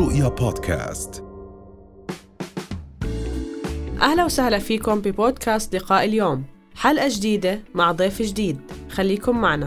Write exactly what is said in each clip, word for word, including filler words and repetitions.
رؤيا بودكاست. أهلا وسهلا فيكم ببودكاست لقاء اليوم، حلقة جديدة مع ضيف جديد، خليكم معنا.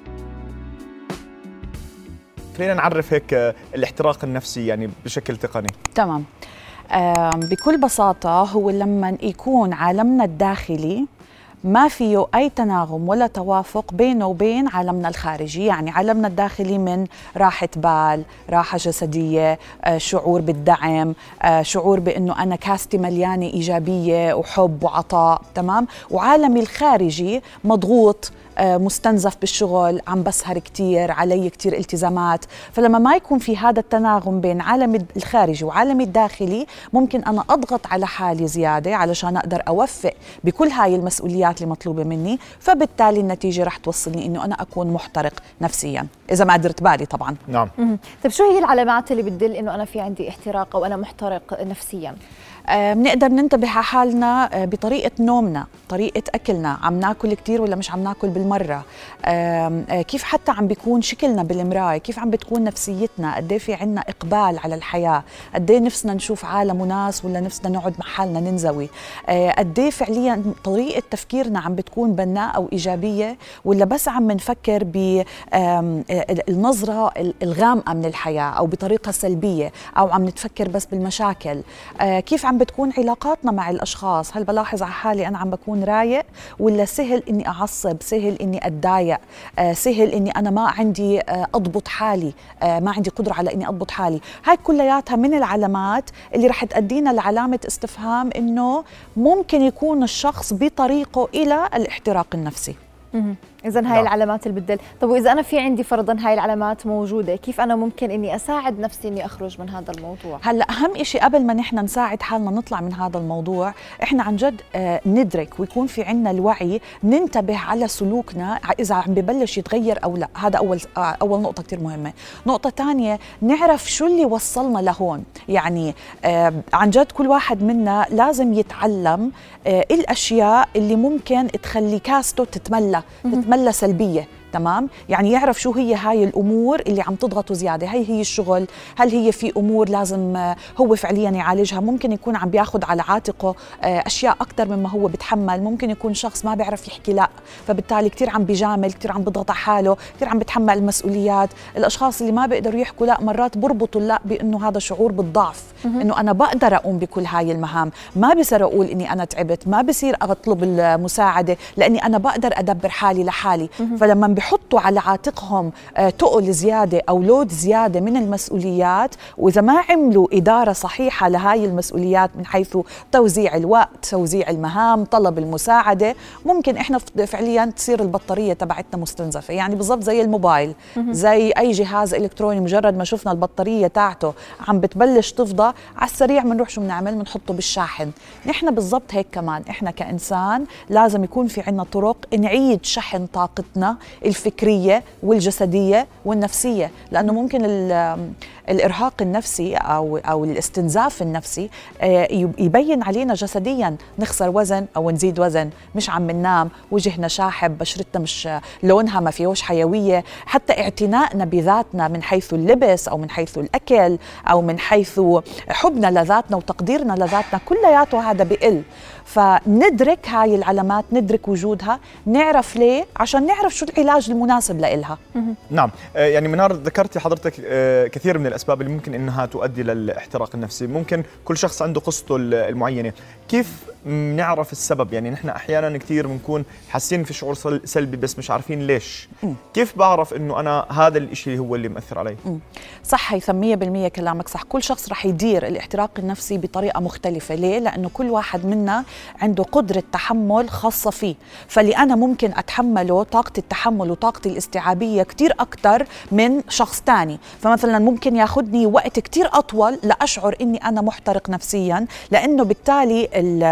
خلينا نعرف هيك الاحتراق النفسي يعني بشكل تقني. تمام. بكل بساطة هو لما يكون عالمنا الداخلي ما فيه أي تناغم ولا توافق بينه وبين عالمنا الخارجي. يعني عالمنا الداخلي من راحة بال، راحة جسدية، شعور بالدعم، شعور بأنه أنا كاستي مليانة إيجابية وحب وعطاء، تمام. وعالمي الخارجي مضغوط، مستنزف بالشغل، عم بسهر كتير، علي كتير التزامات. فلما ما يكون في هذا التناغم بين عالمي الخارجي وعالمي الداخلي، ممكن أنا أضغط على حالي زيادة علشان أقدر أوفق بكل هاي المسؤوليات اللي مطلوبة مني، فبالتالي النتيجة رح توصلني إنه أنا أكون محترق نفسياً إذا ما درت بالي طبعاً. نعم. طيب شو هي العلامات اللي بتدل إنه أنا في عندي احتراق أو أنا محترق نفسياً؟ بنقدر ننتبه على حالنا بطريقة نومنا، طريقة أكلنا، عم ناكل كتير ولا مش عم ناكل بالمرة، كيف حتى عم بيكون شكلنا بالمراية، كيف عم بتكون نفسيتنا، قد ايه في عنا إقبال على الحياة، قد ايه نفسنا نشوف عالم وناس ولا نفسنا نقعد مع حالنا ننزوي، قد ايه فعليا طريقة تفكيرنا عم بتكون بناءة أو إيجابية ولا بس عم نفكر بالنظرة الغامقة من الحياة أو بطريقة سلبية أو عم نتفكر بس بالمشاكل، كيف عم بتكون علاقاتنا مع الأشخاص، هل بلاحظ على حالي أنا عم بكون رايق ولا سهل إني أعصب، سهل إني أتضايق، آه سهل إني أنا ما عندي آه أضبط حالي، آه ما عندي قدرة على إني أضبط حالي. هاي كلياتها من العلامات اللي رح تأدينا لعلامة استفهام إنه ممكن يكون الشخص بطريقه إلى الاحتراق النفسي. إذن هاي العلامات اللي بتدل. طب وإذا أنا في عندي فرضاً هاي العلامات موجودة، كيف أنا ممكن إني أساعد نفسي إني أخرج من هذا الموضوع؟ هلأ أهم إشي قبل ما نحن نساعد حالنا نطلع من هذا الموضوع، إحنا عن جد آه ندرك ويكون في عنا الوعي، ننتبه على سلوكنا إذا عم ببلش يتغير أو لا. هذا أول آه أول نقطة كتير مهمة. نقطة تانية، نعرف شو اللي وصلنا لهون. يعني آه عن جد كل واحد منا لازم يتعلم آه الأشياء اللي ممكن تخلي كاسته تتملى تتملى سلبية، تمام. يعني يعرف شو هي هاي الأمور اللي عم تضغطه زيادة. هاي هي الشغل، هل هي في أمور لازم هو فعليا يعالجها، ممكن يكون عم بياخد على عاتقه أشياء أكتر مما هو بتحمل، ممكن يكون شخص ما بيعرف يحكي لا، فبالتالي كتير عم بيجامل، كتير عم بيضغط على حاله، كتير عم بتحمل المسؤوليات. الأشخاص اللي ما بيقدروا يحكوا لا مرات بربطوا لا بأنه هذا شعور بالضعف، إنه أنا بقدر أقوم بكل هاي المهام، ما بصير أقول إني أنا تعبت، ما بصير أطلب المساعدة لأني أنا بقدر أدبر حالي لحالي. فلما بيحطوا على عاتقهم تقل زيادة أو لود زيادة من المسؤوليات، وإذا ما عملوا إدارة صحيحة لهاي المسؤوليات من حيث توزيع الوقت، توزيع المهام، طلب المساعدة، ممكن إحنا فعليا تصير البطارية تبعتنا مستنزفة. يعني بالضبط زي الموبايل، زي أي جهاز إلكتروني، مجرد ما شفنا البطارية تاعته عم بتبلش تفضى، على السريع بنروح شو بنعمل؟ بنحطه بالشاحن. نحن بالضبط هيك كمان، إحنا كإنسان لازم يكون في عنا طرق نعيد شحن طاقتنا الفكرية والجسدية والنفسية، لأنه ممكن الإرهاق النفسي أو أو الاستنزاف النفسي يبين علينا جسديا، نخسر وزن أو نزيد وزن، مش عم ننام، وجهنا شاحب، بشرتنا مش لونها ما فيهوش حيوية، حتى اعتنائنا بذاتنا من حيث اللبس أو من حيث الأكل أو من حيث حبنا لذاتنا وتقديرنا لذاتنا، كلياته هذا بقل. فندرك هاي العلامات، ندرك وجودها، نعرف ليه، عشان نعرف شو العلاج المناسب لإلها. نعم. يعني منار ذكرتي حضرتك كثير من الأسباب اللي ممكن إنها تؤدي للاحتراق النفسي، ممكن كل شخص عنده قصته المعينة. كيف نعرف السبب؟ يعني نحن أحيانا كثير بنكون حاسين في شعور سلبي بس مش عارفين ليش. م. كيف بعرف إنه أنا هذا الإشي هو اللي مؤثر علي؟ م. صح، هيثم مية بالمية كلامك صح. كل شخص رح يدير الاحتراق النفسي بطريقة مختلفة. ليه؟ لأنه كل واحد منا عنده قدرة تحمل خاصة فيه، فاللي أنا ممكن أتحمله طاقة التحمل وطاقة الاستيعابية كتير أكتر من شخص تاني. فمثلا ممكن ياخدني وقت كتير أطول لأشعر إني أنا محترق نفسيا، لأنه بالتالي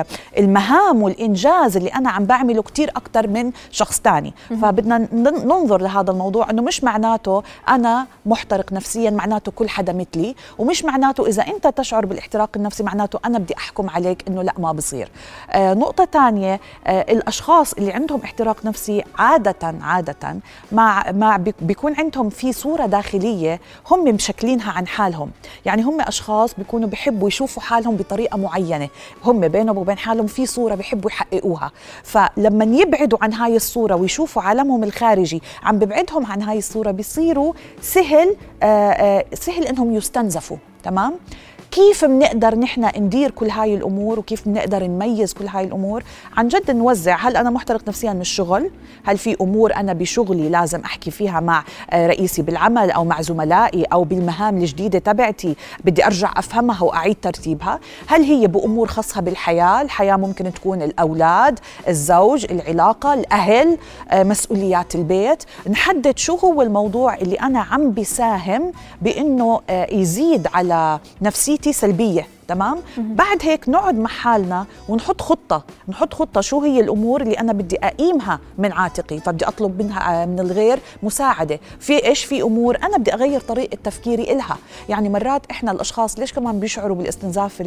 المهام والإنجاز اللي أنا عم بعمله كتير أكتر من شخص تاني. فبدنا ننظر لهذا الموضوع أنه مش معناته أنا محترق نفسيا معناته كل حدا مثلي، ومش معناته إذا أنت تشعر بالاحتراق النفسي معناته أنا بدي أحكم عليك إنه لا ما بصير. آه نقطة تانية، آه الأشخاص اللي عندهم احتراق نفسي عادة عادة عادة مع مع بيكون عندهم في صورة داخلية هم مشكلينها عن حالهم. يعني هم أشخاص بيكونوا بيحبوا يشوفوا حالهم بطريقة معينة، هم بينهم وبين حالهم في صورة بيحبوا يحققوها، فلما يبعدوا عن هاي الصورة ويشوفوا عالمهم الخارجي عم ببعدهم عن هاي الصورة بيصيروا سهل آآ آآ سهل إنهم يستنزفوا. تمام؟ كيف بنقدر نحن ندير كل هاي الأمور وكيف بنقدر نميز كل هاي الأمور؟ عن جد نوزع، هل أنا محترق نفسيا من الشغل؟ هل في أمور أنا بشغلي لازم أحكي فيها مع رئيسي بالعمل أو مع زملائي أو بالمهام الجديدة تبعتي بدي أرجع أفهمها وأعيد ترتيبها؟ هل هي بأمور خاصة بالحياة؟ الحياة ممكن تكون الأولاد، الزوج، العلاقة، الأهل، مسؤوليات البيت. نحدد شو هو الموضوع اللي أنا عم بساهم بأنه يزيد على نفسيتي سلبية. تمام؟ بعد هيك نقعد مع حالنا ونحط خطة، نحط خطة شو هي الأمور اللي أنا بدي أقيمها من عاتقي، فبدي أطلب منها من الغير مساعدة في إيش، في أمور أنا بدي أغير طريقة تفكيري إلها. يعني مرات إحنا الأشخاص ليش كمان بيشعروا بالاستنزاف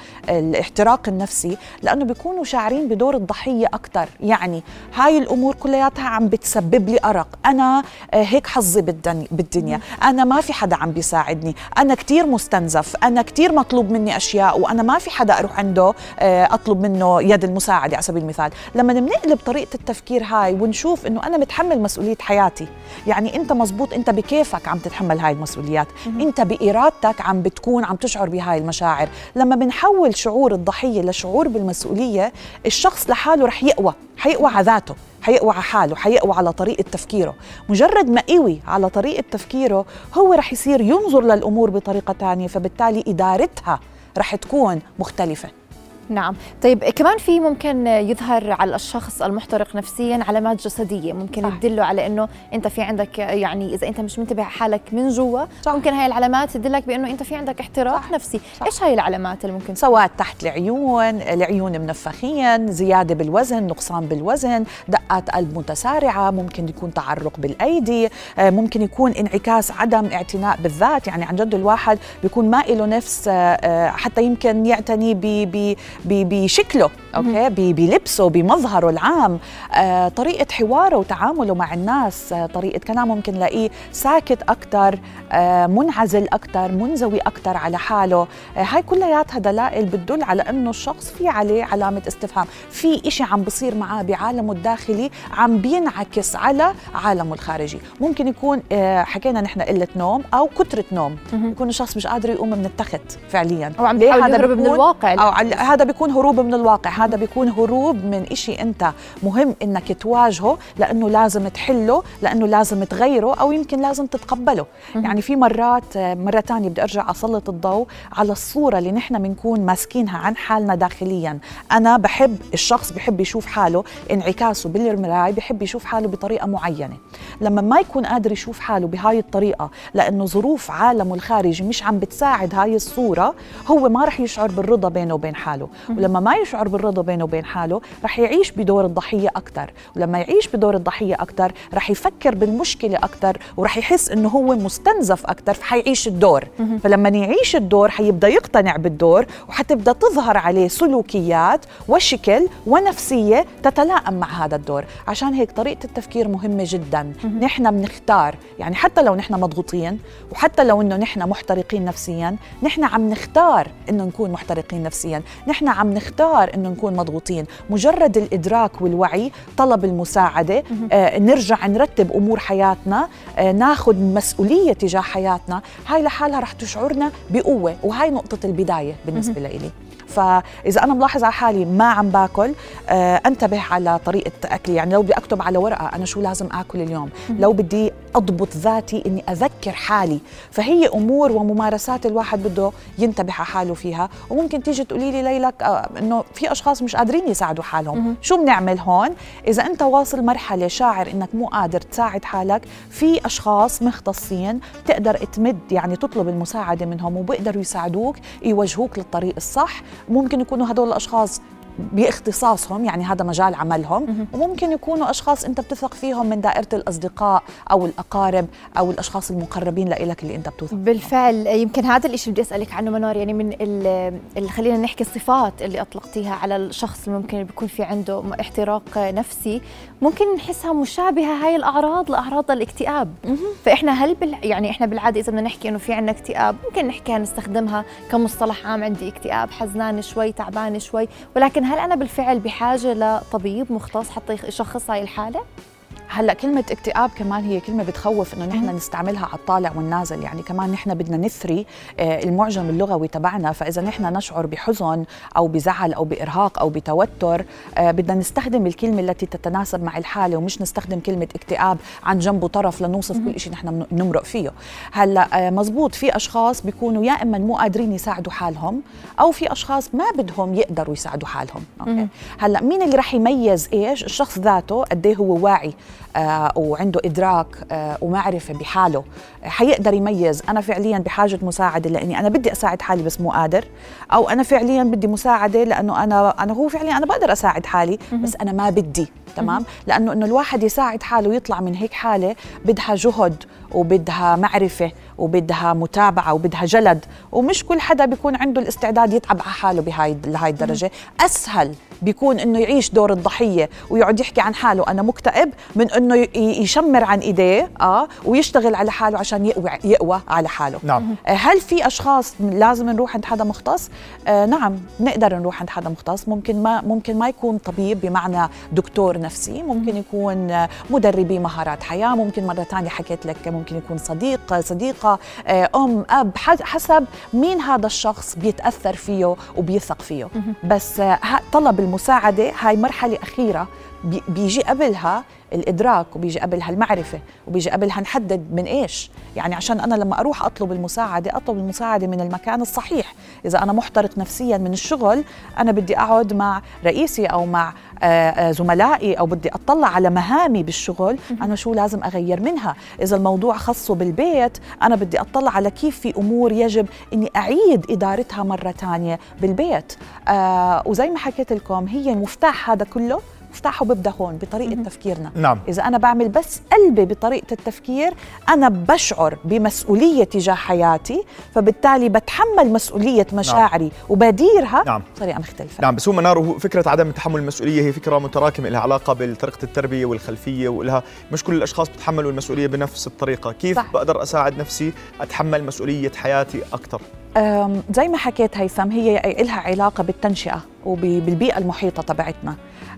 الاحتراق النفسي؟ لأنه بيكونوا شاعرين بدور الضحية أكتر. يعني هاي الأمور كلياتها عم بتسبب لي أرق، أنا هيك حظي بالدنيا، أنا ما في حدا عم بيساعدني، أنا كتير مستنزف، أنا كتير مطلوب مني أشياء وأنا ما في حدا أروح عنده أطلب منه يد المساعدة على سبيل المثال. لما بنقلب طريقة التفكير هاي ونشوف إنه أنا متحمل مسؤولية حياتي، يعني أنت مزبوط، أنت بكيفك عم تتحمل هاي المسؤوليات، أنت بإرادتك عم بتكون عم تشعر بهاي المشاعر. لما بنحول شعور الضحية لشعور بالمسؤولية، الشخص لحاله رح يقوى، حيقوى على ذاته، حيقوى على حاله، حيقوى على طريقة تفكيره. مجرد ما قوي على طريقة تفكيره هو رح يصير ينظر للأمور بطريقة تانية، فبالتالي إدارتها رح تكون مختلفة. نعم. طيب كمان في ممكن يظهر على الشخص المحترق نفسيا علامات جسدية ممكن صح. تدله على انه انت في عندك، يعني اذا انت مش منتبه حالك من جوا ممكن هاي العلامات تدلك بانه انت في عندك احتراق صح. نفسي صح. ايش هاي العلامات اللي ممكن سواد تحت العيون، العيون منفخين، زيادة بالوزن، نقصان بالوزن، دقات قلب متسارعة، ممكن يكون تعرق بالايدي، ممكن يكون انعكاس عدم اعتناء بالذات. يعني عن جد الواحد بيكون ما له نفس حتى يمكن يعتني ب بشكله، اوكي، بلبسه، بمظهره العام، آه، طريقه حواره وتعامله مع الناس، آه، طريقه كلامه ممكن نلاقيه ساكت اكثر، آه، منعزل اكثر، منزوي اكثر على حاله. آه، هاي كلياتها دلائل بتدل على انه الشخص في عليه علامه استفهام، في إشي عم بصير معاه بعالمه الداخلي عم بينعكس على عالمه الخارجي. ممكن يكون آه، حكينا نحن قله نوم او كثره نوم، يكون الشخص مش قادر يقوم من التخت فعليا، او عم بيحاول يهرب من الواقع، او هذا بيكون هروب من الواقع، هذا بيكون هروب من إشي أنت مهم إنك تواجهه لأنه لازم تحله، لأنه لازم تغيره، أو يمكن لازم تتقبله. يعني في مرات مرة تانية بدي أرجع أسلط الضوء على الصورة اللي نحن بنكون ماسكينها عن حالنا داخليا. أنا بحب، الشخص بحب يشوف حاله، انعكاسه بالمراية بحب يشوف حاله بطريقة معينة. لما ما يكون قادر يشوف حاله بهاي الطريقة لأنه ظروف عالمه الخارجي مش عم بتساعد هاي الصورة، هو ما رح يشعر بالرضا بينه وبين حاله. ولما ما يشعر بالرضا بينه وبين حاله رح يعيش بدور الضحية أكتر، ولما يعيش بدور الضحية أكتر رح يفكر بالمشكلة أكتر، ورح يحس إنه هو مستنزف أكتر، فحيعيش الدور. فلما يعيش الدور حيبدأ يقتنع بالدور، وحتبدأ تظهر عليه سلوكيات وشكل ونفسية تتلائم مع هذا الدور. عشان هيك طريقة التفكير مهمة جدا. نحن بنختار، يعني حتى لو نحن مضغوطين، وحتى لو إنه نحن محترقين نفسيا، نحن عم نختار إنه نكون محترقين نفسيا، نحن عم نختار إنه نكون مضغوطين. مجرد الإدراك والوعي، طلب المساعدة، آه، نرجع نرتب أمور حياتنا، آه، ناخد مسؤولية تجاه حياتنا، هاي لحالها رح تشعرنا بقوة، وهاي نقطة البداية بالنسبة لإلي. فإذا أنا ملاحظ على حالي ما عم باكل، آه، انتبه على طريقة أكلي. يعني لو بدي أكتب على ورقة أنا شو لازم آكل اليوم، لو بدي أضبط ذاتي إني أذكر حالي. فهي أمور وممارسات الواحد بده ينتبه على حاله فيها. وممكن تيجي تقولي لي ليلك آه إنه في أشخاص مش قادرين يساعدوا حالهم، شو بنعمل هون؟ إذا أنت واصل مرحلة شاعر إنك مو قادر تساعد حالك، في أشخاص مختصين تقدر تمد، يعني تطلب المساعدة منهم وبيقدروا يساعدوك، يوجهوك للطريق الصح. ممكن يكونوا هدول الأشخاص باختصاصهم، يعني هذا مجال عملهم، وممكن يكونوا أشخاص أنت بتثق فيهم من دائرة الأصدقاء أو الأقارب أو الأشخاص المقربين لإلك اللي أنت بتثق بالفعل. يمكن هذا الشيء بدي أسألك عنه منار، يعني من اللي خلينا نحكي الصفات اللي أطلقتيها على الشخص اللي ممكن بيكون في عنده احتراق نفسي، ممكن نحسها مشابهة هاي الأعراض لأعراض الاكتئاب. فإحنا هل بال... يعني إحنا بالعادة إذا بدنا نحكي إنه في عندنا اكتئاب ممكن نحكيها نستخدمها كمصطلح عام، عندي اكتئاب، حزنان شوي، تعبان شوي، ولكن هل أنا بالفعل بحاجة لطبيب مختص حتى يشخص هاي الحالة؟ هلا كلمة اكتئاب كمان هي كلمة بتخوف انه نحن نستعملها على الطالع والنازل، يعني كمان نحن بدنا نثري المعجم اللغوي تبعنا، فإذا نحن نشعر بحزن أو بزعل أو بإرهاق أو بتوتر بدنا نستخدم الكلمة التي تتناسب مع الحالة، ومش نستخدم كلمة اكتئاب عن جنب وطرف لنوصف كل شيء نحن بنمرق فيه. هلا مزبوط في أشخاص بيكونوا يا إما مو قادرين يساعدوا حالهم أو في أشخاص ما بدهم يقدروا يساعدوا حالهم. أوكي. هلا مين اللي رح يميز إيش؟ الشخص ذاته قد إيه هو واعي آه وعنده إدراك آه ومعرفة بحاله، حيقدر يميز أنا فعلياً بحاجة مساعدة لأني أنا بدي أساعد حالي بس مو قادر، أو أنا فعلياً بدي مساعدة لأنه أنا أنا هو فعلياً أنا بقدر أساعد حالي بس أنا ما بدي. تمام. لأنه إنه الواحد يساعد حاله ويطلع من هيك حالة بدها جهد وبدها معرفة وبدها متابعة وبدها جلد، ومش كل حدا بيكون عنده الاستعداد يتعب على حاله بهاي لهاي الدرجة. أسهل بيكون إنه يعيش دور الضحية ويقعد يحكي عن حاله أنا مكتئب من إنه يشمر عن إيديه آه ويشتغل على حاله عشان يقوى يقوى على حاله. نعم. هل في أشخاص لازم نروح عند حدا مختص؟ آه نعم نقدر نروح عند حدا مختص، ممكن ما ممكن ما يكون طبيب بمعنى دكتور نفسي، ممكن يكون مدربي مهارات حياة، ممكن مرة تانية حكيت لك ممكن يكون صديق صديقة أم أب، حسب مين هذا الشخص بيتأثر فيه وبيثق فيه. بس طلب المساعدة هاي مرحلة أخيرة بيجي قبلها الإدراك وبيجي قبلها المعرفة وبيجي قبلها نحدد من إيش. يعني عشان أنا لما أروح أطلب المساعدة أطلب المساعدة من المكان الصحيح. إذا أنا محترق نفسياً من الشغل أنا بدي أقعد مع رئيسي أو مع زملائي أو بدي أطلع على مهامي بالشغل أنا شو لازم أغير منها. إذا الموضوع خاصه بالبيت أنا بدي أطلع على كيف في أمور يجب أني أعيد إدارتها مرة تانية بالبيت. آه وزي ما حكيت لكم هي المفتاح هذا كله مفتاحه ببدأ هون بطريقة م- تفكيرنا. نعم. إذا أنا بعمل بس قلبي بطريقة التفكير أنا بشعر بمسؤولية تجاه حياتي، فبالتالي بتحمل مسؤولية مشاعري. نعم. وبديرها. نعم. بطريقة مختلفة. نعم. بس هو منار هو فكرة عدم تحمل المسؤولية هي فكرة متراكمة لها علاقة بطريقة التربية والخلفية، ولها مش كل الأشخاص بتحملوا المسؤولية بنفس الطريقة. كيف صح. بقدر أساعد نفسي أتحمل مسؤولية حياتي أكتر؟ زي ما حكيت هيثم هي إلها علاقة بالتنشئة وبالبيئة المحيطة تبعتنا.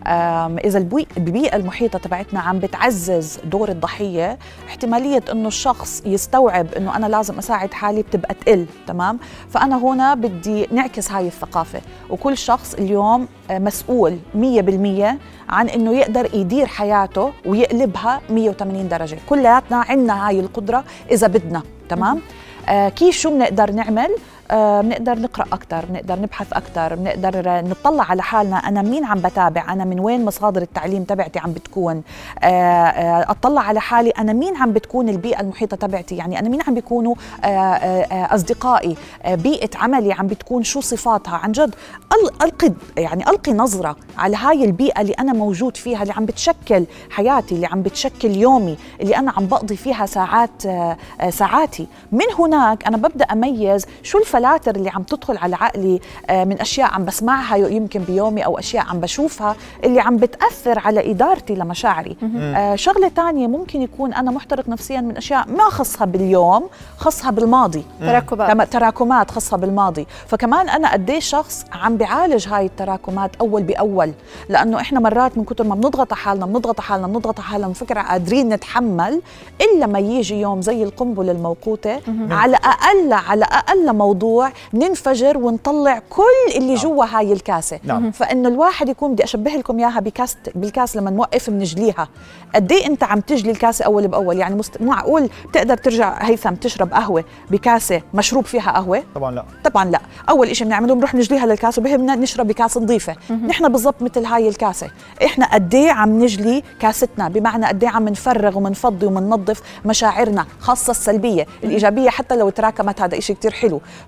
إذا البيئة المحيطة تبعتنا عم بتعزز دور الضحية، احتمالية إنه الشخص يستوعب إنه أنا لازم أساعد حالي بتبقى تقل. تمام. فأنا هنا بدي نعكس هاي الثقافة، وكل شخص اليوم مسؤول مية بالمية عن إنه يقدر يدير حياته ويقلبها مية وثمانين درجة. كلياتنا عنا هاي القدرة إذا بدنا. تمام. آه كيف شو بنقدر نعمل؟ آه بنقدر نقرأ أكتر، بنقدر نبحث أكتر، بنقدر نطلع على حالنا أنا مين عم بتابع، أنا من وين مصادر التعليم تبعتي عم بتكون، آه آه أطلع على حالي أنا مين عم بتكون البيئة المحيطة تبعتي، يعني أنا مين عم بيكونوا آه آه أصدقائي، آه بيئة عملي عم بتكون شو صفاتها. عن جد ألقي يعني ألقي نظرة على هاي البيئة اللي أنا موجود فيها، اللي عم بتشكل حياتي، اللي عم بتشكل يومي، اللي أنا عم بقضي فيها ساعات آه ساعاتي. من هناك أنا ببدأ أميز شو الفلاتر اللي عم تدخل على عقلي من أشياء عم بسمعها يمكن بيومي أو أشياء عم بشوفها اللي عم بتأثر على إدارتي لمشاعري. آه شغلة تانية ممكن يكون أنا محترق نفسيا من أشياء ما خصها باليوم، خصها بالماضي، تراكمات تراكمات خصها بالماضي. فكمان أنا قديش شخص عم بعالج هاي التراكمات أول بأول، لأنه إحنا مرات من كتر ما بنضغط حالنا بنضغط حالنا بنضغط حالنا بنفكر قادرين نتحمل، إلا ما يجي يوم زي القنبلة الموقوتة على أقل على أقل موضوع ننفجر ونطلع كل اللي جوا هاي الكاسة. نعم. فإنه الواحد يكون، بدي أشبه لكم إياها بكاس بالكاس لما نوقف بنجليها، قد إيه أنت عم تجلي الكاسة أول بأول. يعني مست... معقول تقدر ترجع هيثم تشرب قهوة بكاسة مشروب فيها قهوة؟ طبعا لا. طبعا لا. أول إشي بنعمله بنروح نجليها للكاسة وبهمنا نشرب بكاسة نظيفة. نحن بالضبط مثل هاي الكاسة، إحنا قد إيه عم نجلي كاستنا، بمعنى قد إيه عم نفرغ ومنفضي ومننظف مشاعرنا، خاصة السلبية. الإيجابية حتى لو تراكمت هذا إشي كتير حلو.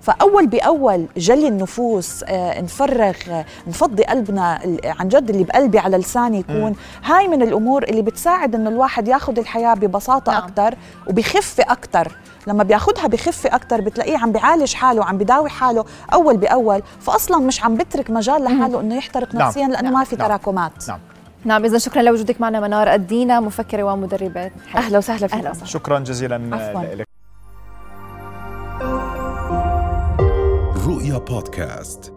فاول باول جلي النفوس، آه نفرغ، آه نفضي قلبنا عن جد، اللي بقلبي على لساني يكون. م. هاي من الامور اللي بتساعد انه الواحد ياخذ الحياه ببساطه نعم. اكثر وبخف اكثر. لما بياخدها بخف اكثر بتلاقيه عم بيعالج حاله، عم بيداوي حاله اول باول، فاصلا مش عم بترك مجال لحاله انه يحترق نفسيا نعم. لانه نعم. ما في نعم. تراكمات. نعم نعم. إذا شكرا لوجودك معنا منار الدينا، مفكرة ومدربة. أهلا وسهلا فيك. شكرا جزيلا لك. رؤيا بودكاست.